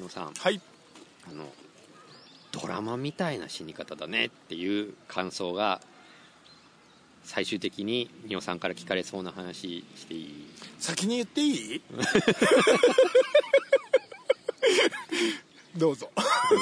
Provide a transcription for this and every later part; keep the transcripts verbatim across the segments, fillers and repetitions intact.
野さん、 はい、 あのドラマみたいな死に方だねっていう感想が最終的に仁尾さんから聞かれそうな話していい？ 先に言っていい？どうぞ。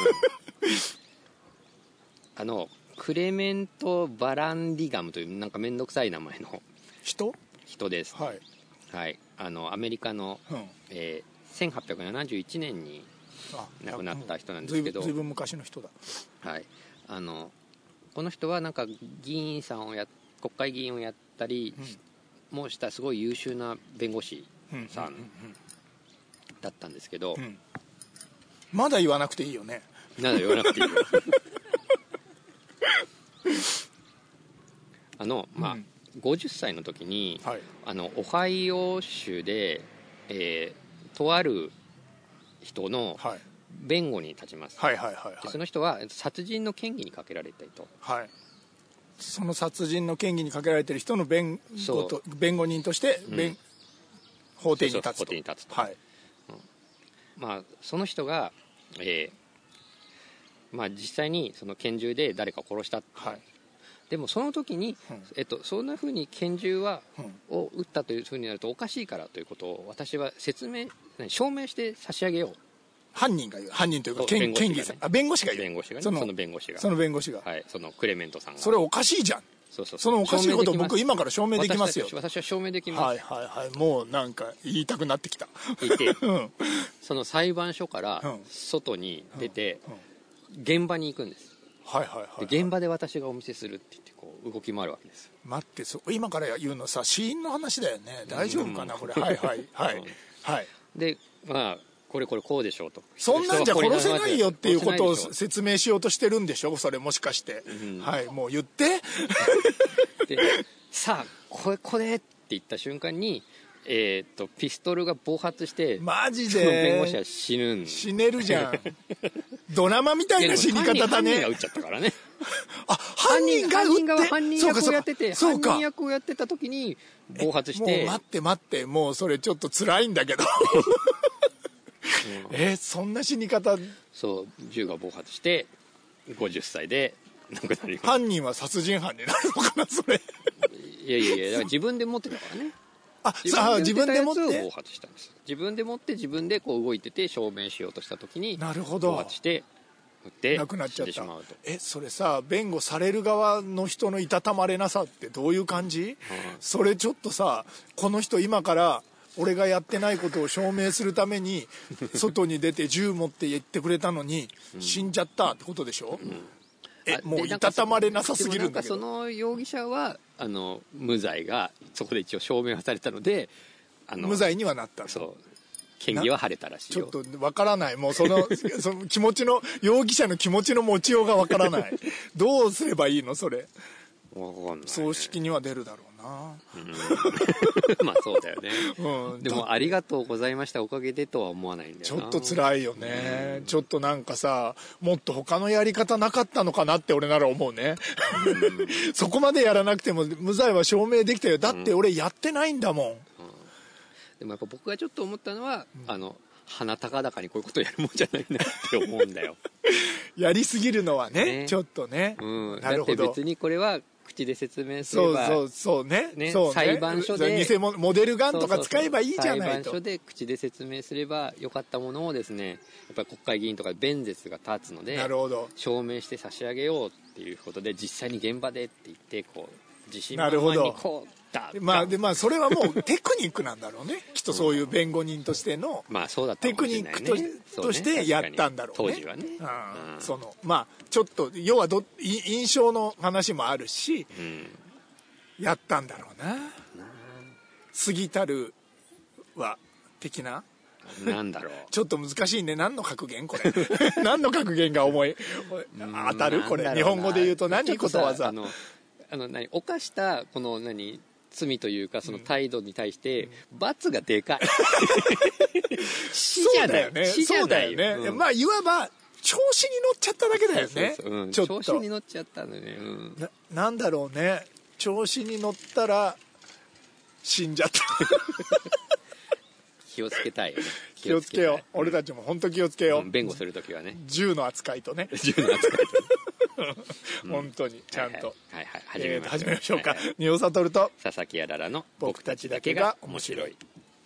あのクレメント・バランディガムというなんかめんどくさい名前の人人です、 はいはい、あのアメリカの、うん、えー、せんはっぴゃくななじゅういちねんに亡くなった人なんですけど、 ずいぶん昔の人だ。 はい、あのこの人はなんか議員さんをや国会議員をやったりもしたすごい優秀な弁護士さんだったんですけど、うんうんうんうん、 まだ言わなくていいよね。 まだ言わなくていいよ。あのまあ、うん、ごじゅっさいの時に、はい、あのオハイオ州で、えー、とある人の弁護に立ちます、 はいはいはいはいはい、 でその人は殺人の嫌疑にかけられたと、 はい、その殺人の嫌疑にかけられている人の弁護と弁護人として、うん、法廷に立つと、 法廷に立つと、 はい、 うん、まあその人が、えーまあ、実際にその拳銃で誰かを殺した、はい、でもその時に、うんえっと、そんなふうに拳銃は、うん、を撃ったというふうになるとおかしいからということを私は説明証明して差し上げよう。 犯人が言う。犯人というか権利さん、あ、弁護士が言う。 弁護士がね、 そのその弁護士がその弁護士が、 はい、そのクレメントさんがそれおかしいじゃん。 そうそうそう、 そのおかしいことを僕今から証明できますよ。 私, 私は証明できます。 はいはいはい、もうなんか言いたくなってきた。 言って、うん、その裁判所から外に出て、うんうん、現場に行くんです。 はいはいはい、はい、 で現場で私がお見せするって言ってこう動き回るわけです。 待って、そ今から言うのさ死因の話だよね。大丈夫かな、うん、これ。はいはいはい、うん、はい。 でまあこれこれこうでしょうと。 そんなんじゃ殺せないよっていうことを説明しようとしてるんでしょそれ、もしかして、うん、はい、もう言って。 でさあこれこれって言った瞬間にえー、とピストルが暴発してマジでその弁護士は死ぬん。 死ねるじゃん。ドラマみたいな死に方だね。 犯人が撃っちゃったからね。 あ、犯人が撃って、犯人が犯人役をやってて、犯人役をやってた時に暴発して。 もう待って待って、もうそれちょっと辛いんだけど。うん、えー、そんな死に方。 そう、銃が暴発してごじゅっさいで亡くなります。 犯人は殺人犯になるのかなそれ。 いやいやいや、だから自分で持ってたからね。 あ、自分で持って暴発したんです。自分で持って自分でこう動いてて証明しようとした時になるほど暴発して撃って亡くなっちゃった。 死んでしまうと。 え、それさ、弁護される側の人のいたたまれなさってどういう感じ？うん、それちょっとさ、この人今から俺がやってないことを証明するために外に出て銃持って言ってくれたのに死んじゃったってことでしょ？うん、え、もういたたまれなさすぎるんだけど。 でもなんかその容疑者はあの無罪がそこで一応証明はされたので、あの無罪にはなった。 そう嫌疑は晴れたらしいよ。 ちょっとわからない。もうそのその気持ちの容疑者の気持ちの持ちようがわからない。どうすればいいのそれ。 わかんない、ね。 葬式には出るだろうな。 うん、まあそうだよね。うん、でもありがとうございましたおかげでとは思わないんだよな。 ちょっと辛いよね。うん、ちょっとなんかさ、もっと他のやり方なかったのかなって俺なら思うね。うん、そこまでやらなくても無罪は証明できたよ。だって俺やってないんだもん。うんうん、 でもやっぱ僕がちょっと思ったのは、うん、あの鼻高々にこういうことやるもんじゃないなって思うんだよ。 やりすぎるのは ね, ねちょっとね、 うん、なるほど。だって別にこれは口で説明すればそうそうそう ね, ね, そうね裁判所で偽物モデルガンとか使えばいいじゃないと。 裁判所で口で説明すればよかったものをですね、やっぱり国会議員とか弁舌が立つので、 なるほど、 証明して差し上げようっていうことで実際に現場でって言ってこう自信満々にこうだまあでまあそれはもうテクニックなんだろうね。きっとそういう弁護人としてのまあそうだったテクニックとし、ね、としてやったんだろうね。 当時はね。 うんうん、そのまあちょっと要はど印象の話もあるし、うん、やったんだろうな。過ぎたるは的な。 なんだろう。 ちょっと難しいね。何の格言これ。何の格言が思い当たるこれ。日本語で言うと何ことわざ。 あの何犯したこの何罪というかその態度に対して罰がでかい。死じゃないよね。 そうだよね。うん、まあいわば調子に乗っちゃっただけだよね。 そうそうそう、うん、ちょっと調子に乗っちゃったのね、うん、 な, なんだろうね。調子に乗ったら死んじゃった。 気をつけたいよね。 気をつけよう。俺たちも本当気をつけよう。 うん、弁護するときはね。 銃の扱いとね。 銃の扱いと、 うん、本当にちゃんと。 はいはい、はいはい、始めましょう。 えー、始めましょうか。仁尾悟と佐々木あららの僕たちだけが面白い。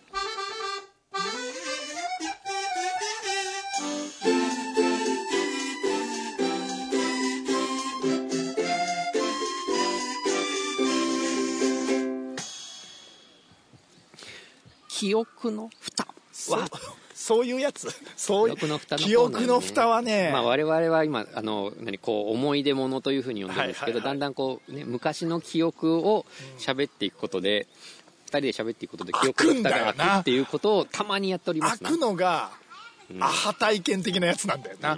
記憶の蓋はそういうやつ、そういう記憶の蓋の、ね、 記憶の蓋はね、 まあ、我々は今あの何こう思い出物というふうに呼んでるんですけど、はいはいはい、だんだんこう、ね、昔の記憶を喋っていくことで、うん、ふたりで喋っていくことで記憶の蓋が開くっていうことをたまにやっておりますな。 開くのがアハ体験的なやつなんだよな、うん、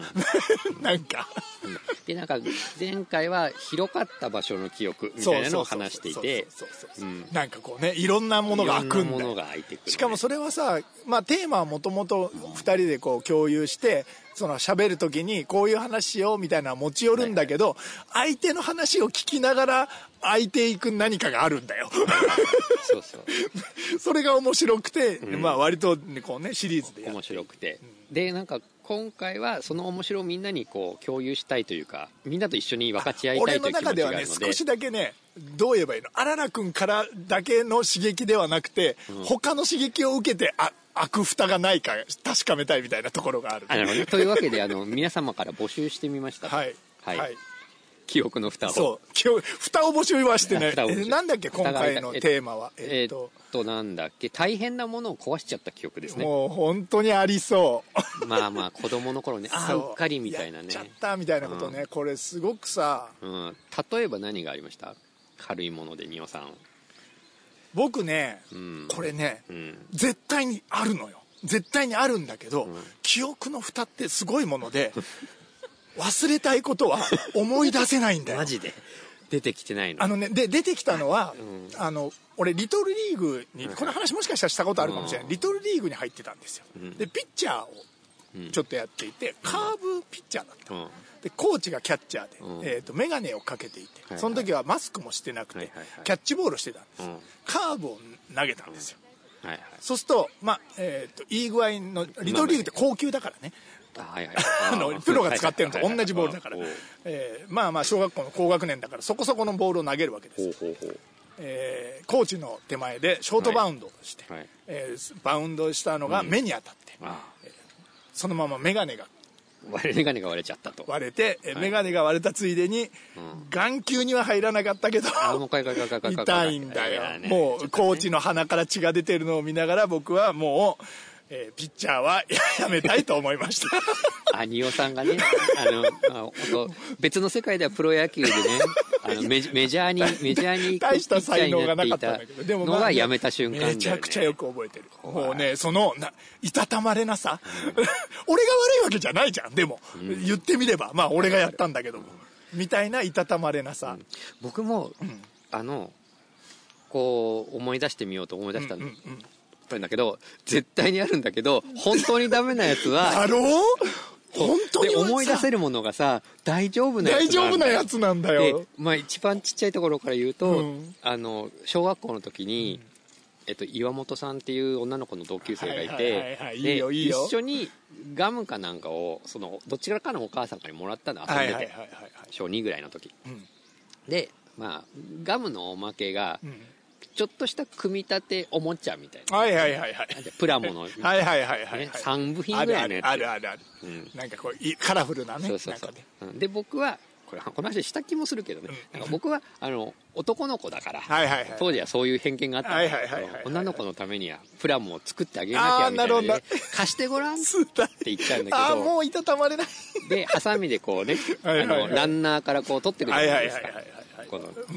なんかでなんか前回は広かった場所の記憶みたいなのを話していて、 なんかこうね、いろんなものが開くんだよ。 いろんなものが開いてくる、ね、しかもそれはさ、まあ、テーマはもともとふたりでこう共有してその喋る時にこういう話しようみたいなのは持ち寄るんだけど、はいはい、相手の話を聞きながら開いていく何かがあるんだよ。 そうそうそれが面白くて、うん、まあ割とこうねシリーズでやって面白くて、うん、でなんか今回はその面白をみんなにこう共有したいというか、みんなと一緒に分かち合いたいという気持ちがあるので、俺の中ではね、 少しだけね、どう言えばいいの、あららくんからだけの刺激ではなくて、うん、他の刺激を受けてあ開く蓋がないか確かめたいみたいなところがある。 あの、ね、というわけであの皆様から募集してみました。 はい、はい、はい、 記憶の蓋を。 そう蓋を募集はしてね。なんだっけ今回のテーマは。 えっと、えっとなんだっけ、大変なものを壊しちゃった記憶ですね。 もう本当にありそう。 まあまあ子供の頃ね、ああうっかりみたいなね。 やっちゃったみたいなことね、うん、これすごくさ、 うん。例えば何がありました？軽いもので仁尾さん。 僕ね、うん、これね、うん、絶対にあるのよ。絶対にあるんだけど、うん、記憶の蓋ってすごいもので。忘れたいことは思い出せないんだよ。 マジで出てきてないの。 あのね、で出てきたのは、うん、あの俺リトルリーグに、この話もしかしたらしたことあるかもしれない、うん、リトルリーグに入ってたんですよ、うん、でピッチャーをちょっとやっていて、うん、カーブピッチャーだった、うん、でコーチがキャッチャーで、うん、えーと、眼鏡をかけていて、はいはい、その時はマスクもしてなくて、はいはいはい、キャッチボールをしてたんです、うん、カーブを投げたんですよ、うんはいはい、そうすると、まあえーと、いい具合のリトルリーグって高級だからね、はいはい、あのプロが使ってるのと同じボールだから、えー、まあまあ小学校の高学年だからそこそこのボールを投げるわけです、ほうほうほう、えー、コーチの手前でショートバウンドをして、はいはい、えー、バウンドしたのが目に当たって、うんえー、そのまま眼鏡が眼鏡が割れちゃったと割れて、えーはい、眼鏡が割れたついでに、うん、眼球には入らなかったけど痛いんだよ、ね、もうコーチの鼻から血が出てるのを見ながら僕はもうえー、ピッチャーはやめたいと思いました。 あ、仁尾さんがね、あの、あ別の世界ではプロ野球でね、あの メ, メジャーにメジャーに大した才能がなかったんだけど、でも、 まあ、のがやめた瞬間だよね。 めちゃくちゃよく覚えてる。もうね、そのないたたまれなさ、うん、俺が悪いわけじゃないじゃん。でも、うん、言ってみれば、まあ俺がやったんだけども、うん、みたいないたたまれなさ。うん、 僕も、うん、あのこう思い出してみようと思い出したんだ。うんうんうんだけど絶対にあるんだけど本当にダメなやつはだろう本当に思い出せるものがさ大丈夫なやつ大丈夫なやつなんだよ。 で、まあ、一番ちっちゃいところから言うと、うん、あの小学校の時に、うんえっと、岩本さんっていう女の子の同級生がいて一緒にガムかなんかをそのどちらかのお母さんからもらったの遊んでて小にぐらいの時、うん、でまあガムのおまけが、うんちょっとした組み立ておもちゃみたいな。 はいはいはいはい。 プラモの。 はいはいはいはい、 ね。さんぶ品ぐらいのやつ。 あるあるある。うん、なんかこう、カラフルなね。 そうそうそう。なんかね、で、僕は、これ、この話した気もするけどね。うん、なんか僕は、あの、男の子だから、はいはいはい、当時はそういう偏見があったんだけど、女の子のためにはプラモを作ってあげなきゃみたいなので、貸してごらんって言っちゃうんだけど。 ああ、もういたたまれない。 で、ハサミでこうね、あの、ランナーからこう取ってるじゃないですか。はいはいはいはいこの、うん、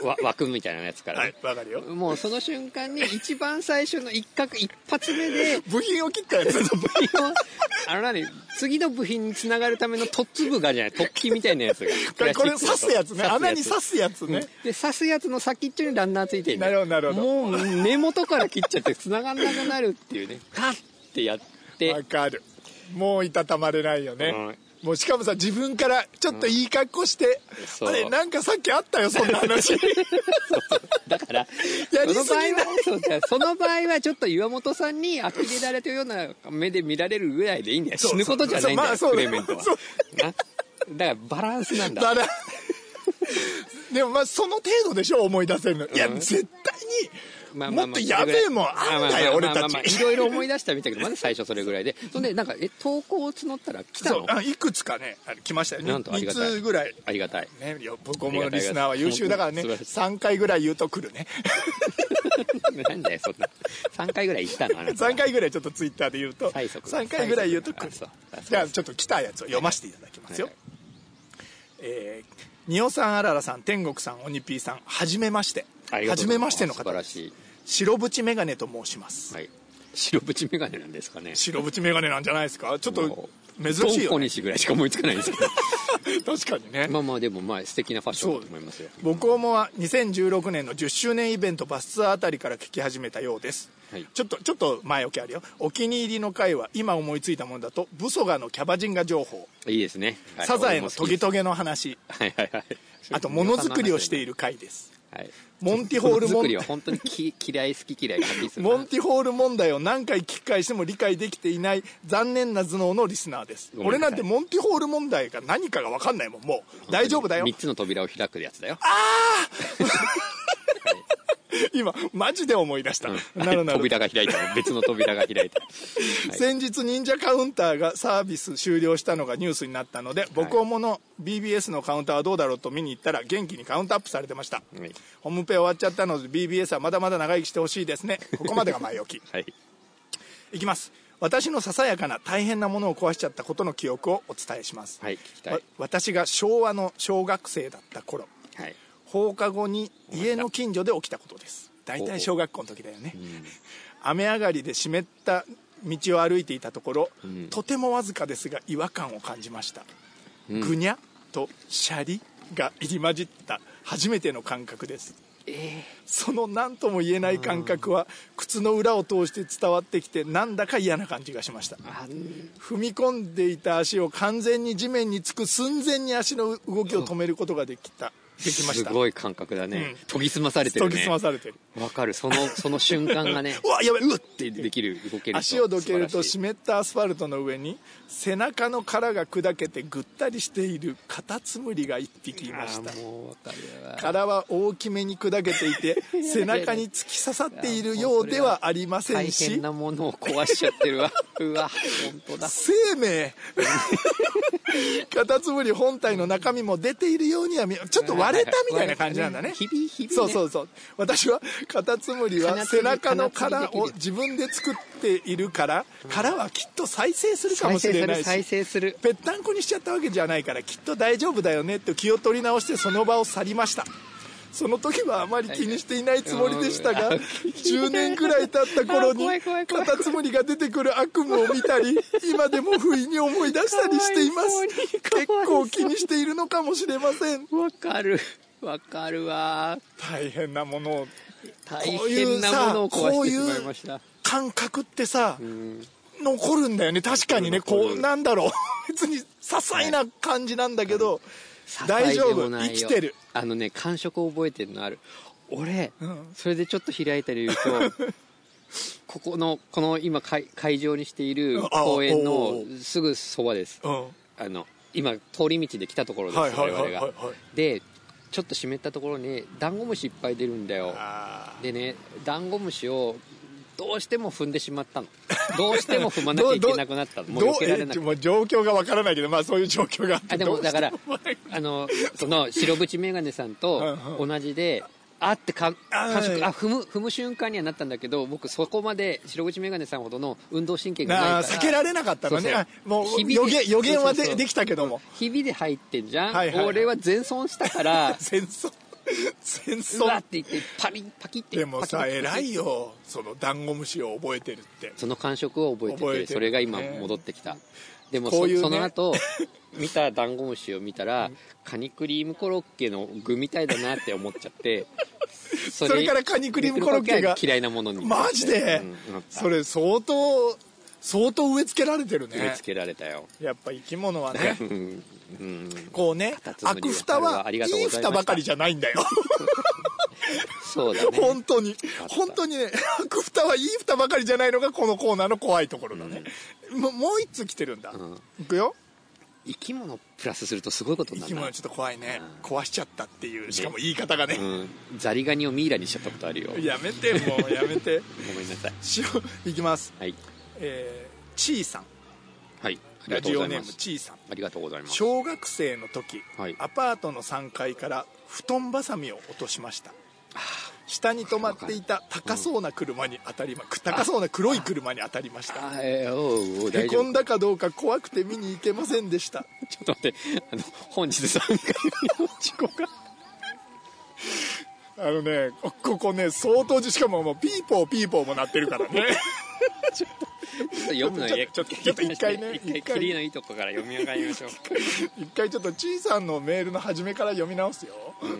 わ枠みたいなやつから、ね、 はい、わかるよ。 もうその瞬間に一番最初の一角一発目で部品を切ったやつ部品をあの何次の部品につながるための突部がじゃない突起みたいなやつがこれ刺すやつね穴に刺すやつね、うん、 で刺すやつの先っちょにランナーついてる、 ね、なるほどなるほどもう根元から切っちゃってつながんなくなるっていうねカッてやってわかるもういたたまれないよね、 もうしかもさ自分からちょっといい格好して、うん、あれなんかさっきあったよそんな話そうそうだからやりすぎないその場合はその場合はちょっと岩本さんに呆れられてるような目で見られるぐらいでいいんだよ。死ぬことじゃないんだよ、まあ、クレメントはな。だからバランスなんだ。バラでもまあその程度でしょ思い出せるの、うん、いや絶対にまあまあまあ、もっとやべえもんあんだよ俺たち。 いろいろ思い出したみたいけどまず最初それぐらいでそんでなんかえ投稿を募ったら来たの。 そうあいくつかね来ましたよね。 なんとありがたいみっつぐらいありがたいね。僕もリスナーは優秀だからねさんかいぐらい言うと来るねなんだよそんなさんかいぐらい言ったのあなたさんかいぐらいちょっとツイッターで言うとさんかいぐらい言うと来る。じゃあちょっと来たやつを読ませていただきますよ、はいはい。えーにおさん、あららさん、天国さん、おにぴーさん、はじめまして。はじめましての方です。白縁メガネと申します。 はい。白縁メガネなんですかね。 白縁メガネなんじゃないですか。ちょっと珍しいよ、ね。 ドン小西ぐらいしか思いつかないですけど。 確かにね。 まあまあでもまあ素敵なファッションだと思いますよ。 僕もはにせんじゅうろくねんのじゅっしゅうねんイベントバスツアーあたりから聞き始めたようです。はい、ちょっとちょっと前置きあるよ。お気に入りの回は今思いついたものだとブソガのキャバジンガ情報。 いいですね。 はい、サザエのトゲトゲの話。はいはいはい。あとものづくりをしている回です。はい、モンティホール問題は本当にき嫌い好き嫌いがはっきりする。 モンティホール問題を何回聞き返しても理解できていない残念な頭脳のリスナーです。俺なんてモンティホール問題が何かが分かんないもん。もう大丈夫だよ。 みっつの扉を開くやつだよ。 ああ今マジで思い出した、うん、なるなる扉が開いた別の扉が開いた、 はい、先日忍者カウンターがサービス終了したのがニュースになったので、はい、僕思の ビービーエス のカウンターはどうだろうと見に行ったら元気にカウントアップされてました、はい、ホームペ終わっちゃったので ビービーエス はまだまだ長生きしてほしいですね。ここまでが前置き、はい、いきます。私のささやかな大変なものを壊しちゃったことの記憶をお伝えします、はい、聞きたい。私が昭和の小学生だった頃、はい、放課後に家の近所で起きたことです。だいたい小学校の時だよね、うん、雨上がりで湿った道を歩いていたところ、うん、とてもわずかですが違和感を感じました、うん、ぐにゃとシャリが入り混じった初めての感覚です、えー、その何とも言えない感覚は靴の裏を通して伝わってきてなんだか嫌な感じがしました。踏み込んでいた足を完全に地面につく寸前に足の動きを止めることができたできました。 すごい感覚だね、うん、研ぎ澄まされてるね。 研ぎ澄まされてる。 わかる。そのその瞬間がねうわやばいうわってできる動ける。 足をどけると湿ったアスファルトの上に背中の殻が砕けてぐったりしているカタツムリが一匹いました。もうわかるわ。殻は大きめに砕けていて背中に突き刺さっているようではありませんし、 大変なものを壊しちゃってるわうわ本当だ生命カタツムリ本体の中身も出ているようには見ちょっと割れたみたいな感じなんだね。 ひびひびね。 そうそうそう。私はカタツムリは背中の殻を自分で作っているから殻はきっと再生するかもしれないし、 再生するぺったんこにしちゃったわけじゃないからきっと大丈夫だよねって気を取り直してその場を去りました。その時はあまり気にしていないつもりでしたがじゅうねんくらい経った頃にカタツムリが出てくる悪夢を見たり今でも不意に思い出したりしています。結構気にしているのかもしれません。 わかるわかるわ。 大変なものを大変なものを壊してしまいました。 こういう感覚ってさ、うん、残るんだよね。確かにねこうなんだろう別に些細な感じなんだけど、はい、大丈夫生きてる。 あのね感触を覚えてるのある俺、うん、それでちょっと開いたり言うとここのこの今会会場にしている公園のすぐそばです。あの今通り道で来たところです、我々が。でちょっと湿ったところにダンゴムシいっぱい出るんだよ。でねダンゴムシをどうしても踏んでしまったの。どうしても踏まなきゃいけなくなったの。もう避けられなくて。もう状況がわからないけど、まあそういう状況があって。 あでもだからあのその白縁メガネさんと同じで。あってか感触あ踏む踏む瞬間にはなったんだけど僕そこまで白縁メガネさんほどの運動神経がないから避けられなかったのね。そうそうもう予言予言はでそうそうそうできたけどもひびで入ってんじゃん、はいはいはい、俺は全損したから全損全損うわって言ってパリンパキってでもさ偉いよそのダンゴムシを覚えてるってその感触を覚えてて覚えてる、ね、それが今戻ってきた。でも そ, うう、ね、その後見たダンゴムシを見たらカニクリームコロッケの具みたいだなって思っちゃってそれ, それからカニクリームコロッケが嫌いなものにマジで、うん、それ相当相当植え付けられてるね。 植え付けられたよ。 やっぱ生き物はねうん、うん、 こうね、開く蓋はいい蓋ばかりじゃないんだよそうだね、 本当に本当にね、開く蓋はいい蓋ばかりじゃないのがこのコーナーの怖いところだね、うん、も, もう一通来てるんだ、うん、いくよ。 生き物プラスするとすごいことになるな。 生き物ちょっと怖いね、うん、壊しちゃったっていう、しかも言い方がね、うん、 ザリガニをミイラにしちゃったことあるよ。 やめて、もうやめてごめんなさい。 いきます、 はい、 えー、ちーさん、 はい、 ラジオネームちーさん、 ありがとうございます。 小学生の時、 はい、 アパートのさんかいから布団ばさみを落としました。下に止まっていた高そうな車に当たりま、うん、高そうな黒い車に当たたりました。 えー、おうおう大丈夫。 へこんだかどうか怖くて見に行けませんでした。 ちょっと待って、あの本日さんかいの事故があのね、ここね相当、しかももうピーポーピーポーも鳴ってるからねちょっと読むのちょっとちょっと一回ね、 一回切りのいいとこから読み上がりましょう。 一回ちょっとちーさんのメールの初めから読み直すよ。うん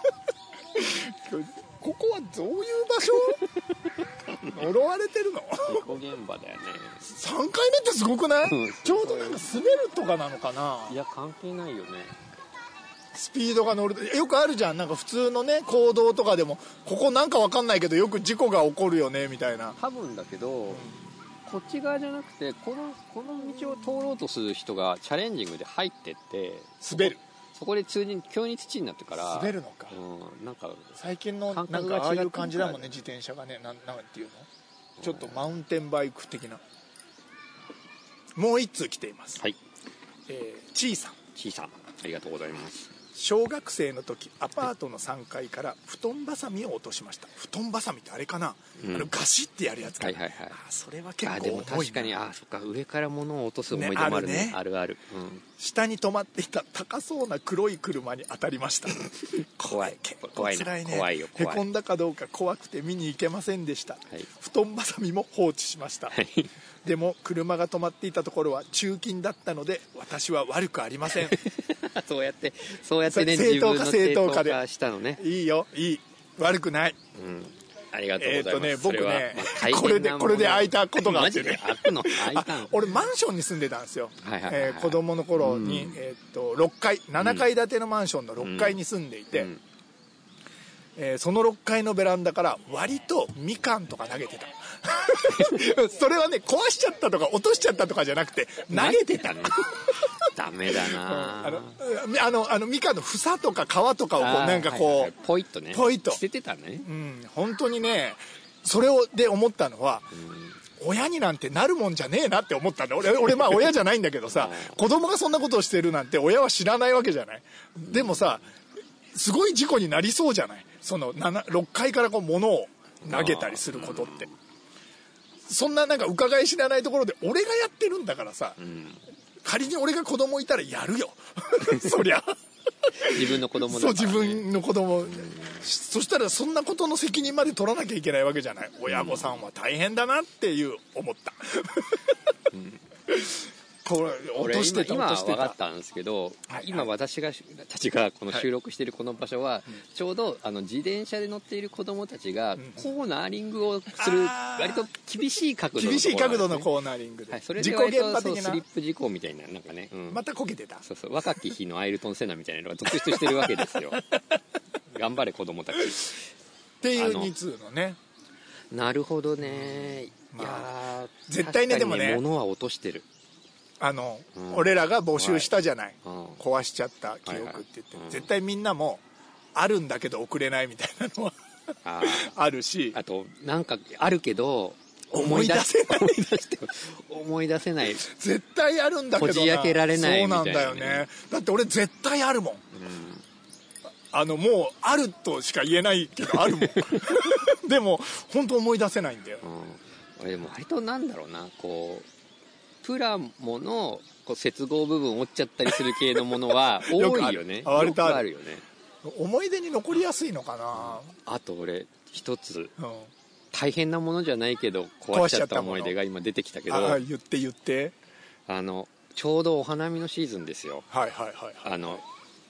ここはどういう場所呪われてるの？ 事故現場だよね。 さんかいめってすごくない？ちょうどなんか滑るとかなのかな。 いや関係ないよね。 スピードが乗る、よくあるじゃん、なんか普通のね行動とかでもここなんかわかんないけどよく事故が起こるよねみたいな。 多分だけど、うん、こっち側じゃなくてこのこの道を通ろうとする人がチャレンジングで入ってって滑る、 そこで通に急に土になってから滑るのか、 うん、なんか最近のなんかああいう感じだもんね、自転車がね、なんなんていうの、ちょっとマウンテンバイク的な。もう一通来ています。 はい、 えー、ちーさんちーさんありがとうございます。 小学生の時アパートのさんかいから布団ばさみを落としました。布団ばさみってあれかな、うん、あのガシッてやるやつかな、 はいはいはい、 あそれは結構重いな。あでも確かに、あそっか、上から物を落とす思い出もあるね、ね、あるね、あるある、うん、 下に止まっていた高そうな黒い車に当たりました怖い、怖いな、 辛いね、 怖いよ、怖い。 へこんだかどうか怖くて見に行けませんでした、はい、布団ばさみも放置しました、はい、でも車が止まっていたところは中金だったので私は悪くありませんそうやってそうやってね、 正当化正当化で自分の正当化したのね。 いいよ、いい、悪くない、 うん、ありがとうございます。えーとね、 僕ね、まあ、これでこれで開いたことがあってね開くの開いたの俺マンションに住んでたんですよ、はいはいはいはい、えー、子供の頃に、うん、えー、とろっかいななかい建てのマンションのろっかいに住んでいて、うんうん、えー、そのろっかいのベランダから割とみかんとか投げてたそれはね壊しちゃったとか落としちゃったとかじゃなくて投げてたのダメだな、 うん、あのあのあのみかんの房とか皮とかをこうなんかこう、はいはい、 ポイッとねポイッと捨ててたね、 うん、本当にねそれをで思ったのは、うん、親になんてなるもんじゃねえなって思ったんだ。俺俺まあ親じゃないんだけどさ子供がそんなことをしてるなんて親は知らないわけじゃない。でもさすごい事故になりそうじゃない、そのろっかいからこう物を投げたりすることって、うん、そんななんか伺い知らないところで俺がやってるんだからさ、うん、仮に俺が子供いたらやるよそりゃ自分の子供だから、ね、 そう自分の子供、うん、そしたらそんなことの責任まで取らなきゃいけないわけじゃない。親御さんは大変だなっていう思った、うん、これ落としてた今落としてた今分かったんですけど、はいはい、今私がたちがこの収録しているこの場所は、はい、ちょうどあの自転車で乗っている子供たちがコーナーリングをする割と厳しい角度の、ね、 厳しい角度のコーナーリングで、 はい、それで割とそうスリップ事故みたいななんかね、うん、 またこけてた。 そうそう若き日のアイルトン・セナみたいなのが続出してるわけですよ頑張れ子供たちっていうに通のね。 なるほどね、まあ、いや絶対ねでもね物は落としてる。あの、うん、俺らが募集したじゃない、はい、壊しちゃった記憶って言って、はいはい、絶対みんなもあるんだけど送れないみたいなのはあ, あるし、 あとなんかあるけど思い出せない思い出して思い出せない絶対あるんだけどな、 こじ開けられないみたいな、ね、 そうなんだよね。だって俺絶対あるもん、うん、あのもうあるとしか言えないけどあるもんでも本当思い出せないんだよ、 うん、でも割となんだろうな、こうプラモのこう接合部分折っちゃったりする系のものは多いよねよくあるよね。 思い出に残りやすいのかな。 あと俺一つ、うん、大変なものじゃないけど壊しちゃった思い出が今出てきたけど、 あ言って言って、 あのちょうどお花見のシーズンですよ。 はいはいはい、はい、 あの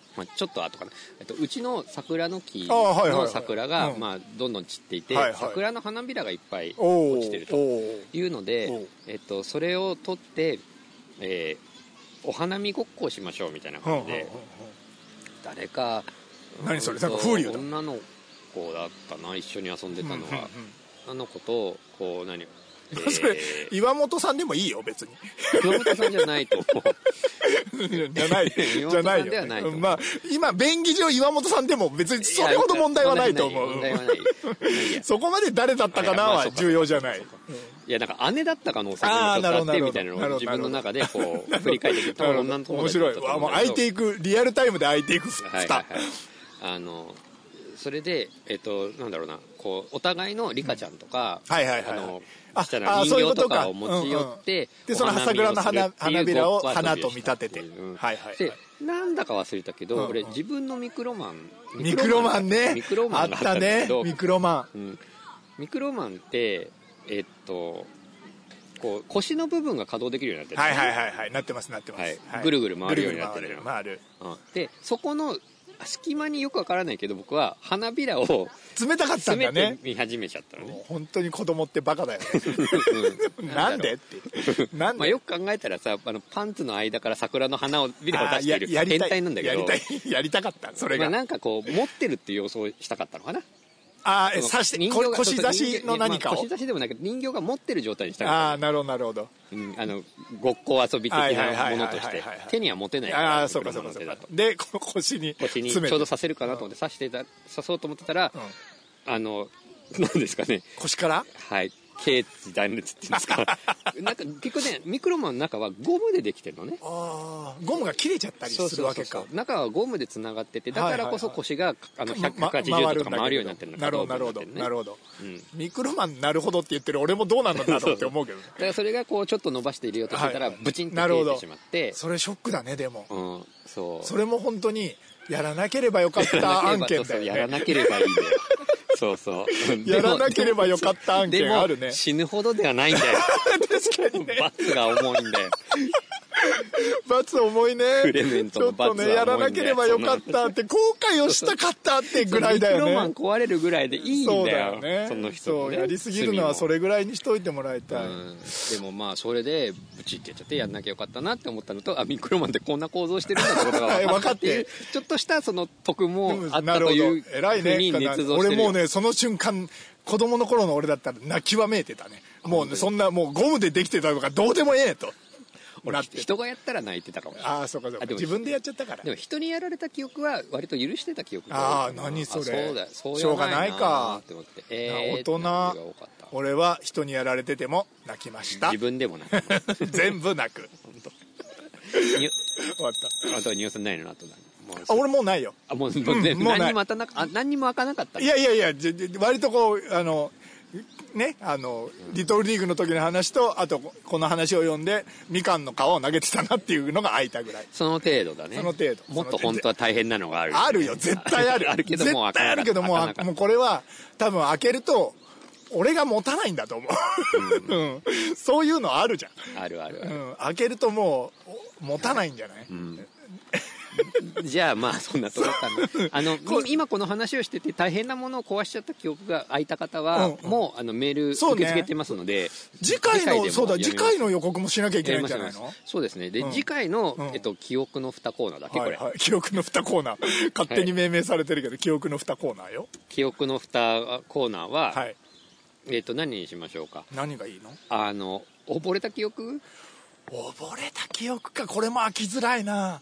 まあ、ちょっと後かな、えっと、うちの桜の木の桜が、まあ、どんどん散っていて、はいはい、桜の花びらがいっぱい落ちてるというので、えっと、それを取って、えー、お花見ごっこをしましょうみたいな感じで、誰か何それなんか風流だ、 女の子だったな、一緒に遊んでたのは、あの子とこう何えー、 それ岩本さんでもいいよ別に。 岩本さんじゃないと思う。 じゃないじゃないよ、ね、まあ今便宜上岩本さんでも別にそれほど問題はないと思う。 問題はない。 そこまで誰だったかなは重要じゃない。 いやなんか姉だった可能性がちょっとあってみたいなのを自分の中でこう振り返ってきて、女の友達だったと思うんだけど、面白い。 もう空いていくリアルタイムで空いていくスタ、はいはいはい、 あのそれでえっとなんだろうな、こうお互いのリカちゃんとか、 はいはいはい、 あのちっちゃな人形とかを持ち寄って、 でその桜の 花, 花びらを花と見立てて、 うん、 はいはい、 でなんだか忘れたけど、うんうん、俺自分のミクロマンミクロマンねミクロマンがあったんだけど、 あったねミクロマン、 うん、ミクロマンってえっとこう腰の部分が稼働できるようになってる、 ね、はいはいはいはいなってますなってます、はいはい、ぐるぐる回るようになってるよ、 回る、 うん、でそこの隙間によくわからないけど僕は花びらを詰めたかったんだね。 詰めて見始めちゃったのね。 もう本当に子供ってバカだよね。うん、なんでってなんで、 まあ、よく考えたらさ、あのパンツの間から桜の花をビラを出している変態なんだけど、 やりたいやりたかったそれが、 まあ、なんかこう持ってるっていう予想したかったのかな。 ああ、刺して腰差しの何かを、 まあ、腰差しでもないけど人形が持ってる状態にしたかった。 ああ、なるほどなるほど、 うん、あのごっこ遊び的なものとして手には持てないから。 ああ、そうかそうかそうか。で腰に腰にちょうどさせるかなと思って刺してた、刺そうと思ってたら、うん、あの何ですかね、 腰からはいケーツ断裂っていうんですかなんか結構ねミクロマンの中はゴムでできてるのね。 ああ、ゴムが切れちゃったりするわけか。 そうそうそう、中はゴムでつながってて、だからこそ腰があのひゃくはちじゅうどとか回るようになってるのか。 なるほどなるほどなるほど、うん、ミクロマンなるほどって言ってる俺もどうなんだろうって思うけど、ね、 だからそれがこうちょっと伸ばして入れようとしてたら、はい、ブチンって切れてしまって、 それショックだね。でも、 うん、そうそれも本当にやらなければよかった案件だよね。 やらなければいいんだよそうそうやらなければよかった案件あるね。 でも死ぬほどではないんだよ確かにね、 罰が重いんだよ罰重いね。 クレメントの罰は重いんだよ。 ちょっとね、やらなければよかったって後悔をしたかったってぐらいだよね。 ミクロマン壊れるぐらいでいいんだよ。 そうだよね。 その人のね、 そうやりすぎるのはそれぐらいにしといてもらいたい、うん、 でもまあそれでブチってやっちゃってやんなきゃよかったなって思ったのと、あ、ミクロマンってこんな構造してるんだってことが分かっていうちょっとしたその得もあったというふうに捏造してる。 俺もうねその瞬間子供の頃の俺だったら泣きわめいてたね。もうね、そんなもうゴムでできてたとかどうでもええと。 俺人がやったら泣いてたかもしれない。 ああ、そうかそうか。自分でやっちゃったから。 でも人にやられた記憶は割と許してた記憶が多い。 ああ、何それ。 そうだ、そうしょうがないかって思って、えー、 大人。俺は人にやられてても泣きました。 自分でも泣く全部泣く本当終わった。 あとニュースないのなと。 あ、俺もうないよ。 あ、もう、もう、うん、もう何にも開かなか、あ、何にも開かなかった。 いやいやいや、割とこうあのね、あの、うん、リトルリーグの時の話とあとこの話を読んでみかんの皮を投げてたなっていうのが開いたぐらい。 その程度だね。 その程度。 もっと本当は大変なのがある、ね、 あるよ、絶対あるあるけどもう開かなかった。 絶対あるけどもうもうこれは多分開けると俺が持たないんだと思う、うんうん、そういうのあるじゃん。 あるあるある、 うん、開けるともう持たないんじゃない、うん、 じゃあまあそんなとこかな。あの今この話をしてて大変なものを壊しちゃった記憶が空いた方は、うんうん、もうあのメール受け付けてますので、ね、 次回のそうだ次回の予告もしなきゃいけないんじゃないの。 そうですね。で、うん、次回の、えっと、記憶のにコーナーだっけ、これ、 はいはい、記憶のにコーナー勝手に命名されてるけど、はい、記憶のにコーナーよ。 記憶のにコーナーは、 はい、 えっと何にしましょうか。 何がいいの。 あの溺れた記憶。 溺れた記憶か。これも飽きづらいな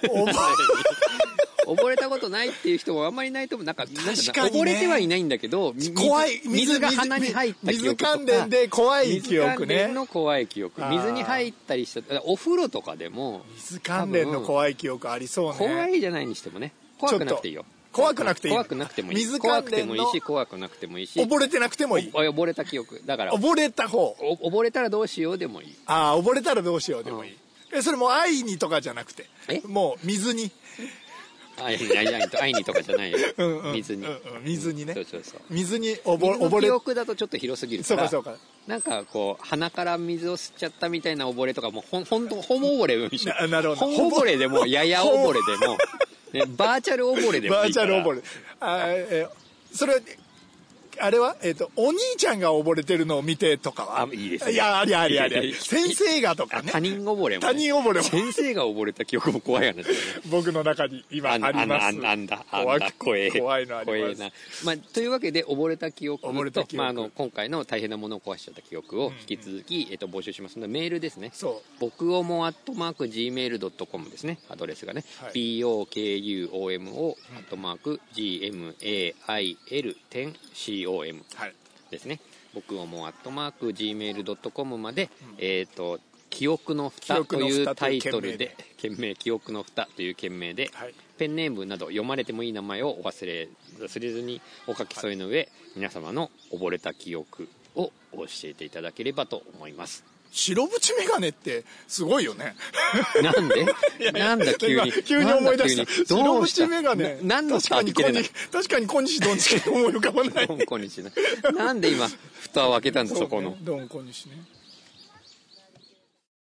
溺れたことないっていう人もあんまりいないと思う。なんか、 確かにね、 溺れてはいないんだけど、 怖い 水, 水が鼻に入った記憶とか、 水関連で怖い記憶ね。 水関連の怖い記憶。水に入ったりした、お風呂とかでも水関連の怖い記憶ありそうね。 怖いじゃないにしてもね、怖くなくていいよ。 怖くなくていい。 怖くなくてもいい。 水怖くてもいいし、怖くなくてもいいし。 溺れてなくてもいい。 溺れた記憶。だから。 溺れた方。 溺れたらどうしようでもいい。 ああ、溺れたらどうしようでもいい。うん、え、それもう愛にとかじゃなくて。え？もう水に。 愛に、愛にとかじゃないよ。うんうん、水に、うんうん。 水にね。 そうそうそう。 水に溺れ。 水の記憶だとちょっと広すぎるから。 そうかそうか。 なんかこう鼻から水を吸っちゃったみたいな溺れとかもうほんほんとほぼ溺れみたいな。 なるほど。 ほぼ溺れでもやや溺れでも。 ね、バーチャル溺れでもバーいいから。 チャル溺れ。あ、えー、それ、あれは、えっ、ー、と、お兄ちゃんが溺れてるのを見てとかは。 あ、いいですね。 いや、ありありありあり。先生がとかね。 他人溺れも、ね。 他人溺れも。 先生が溺れた記憶も怖い話だね。 僕の中に今あります。 あんだ、あんだ、あんだ、怖い。 怖いのあります。 怖いな。まあ、というわけで、溺れた記憶と、 溺れた記憶、 まあ、あの、今回の大変なものを壊しちゃった記憶を引き続き、うんうん、えっと、募集しますので、メールですね。 そう。 僕おもアットマーク ジーメールドットコム ですね。アドレスがね。はい、ビーオーケーユーオーエムオー アットマーク ジーエムエーアイエル 点 コムはい。 ですね。僕をもアットマーク ジーメールドットコム まで、うん、えっ、ー、と記憶の蓋というタイトルで件名記憶の蓋という件名で、はい、ペンネームなど読まれてもいい名前をお忘れ忘れずにお書き添えの上、はい、皆様の溺れた記憶を教えていただければと思います。 白縁メガネってすごいよね。 なんでなんだ急に急に思い出した。白縁メガネ。 何の確かに小西、確かに小西どんちきと思い浮かばない。 ドン小西ね。なんで今蓋を開けたんだそこの。 ドン小西ね。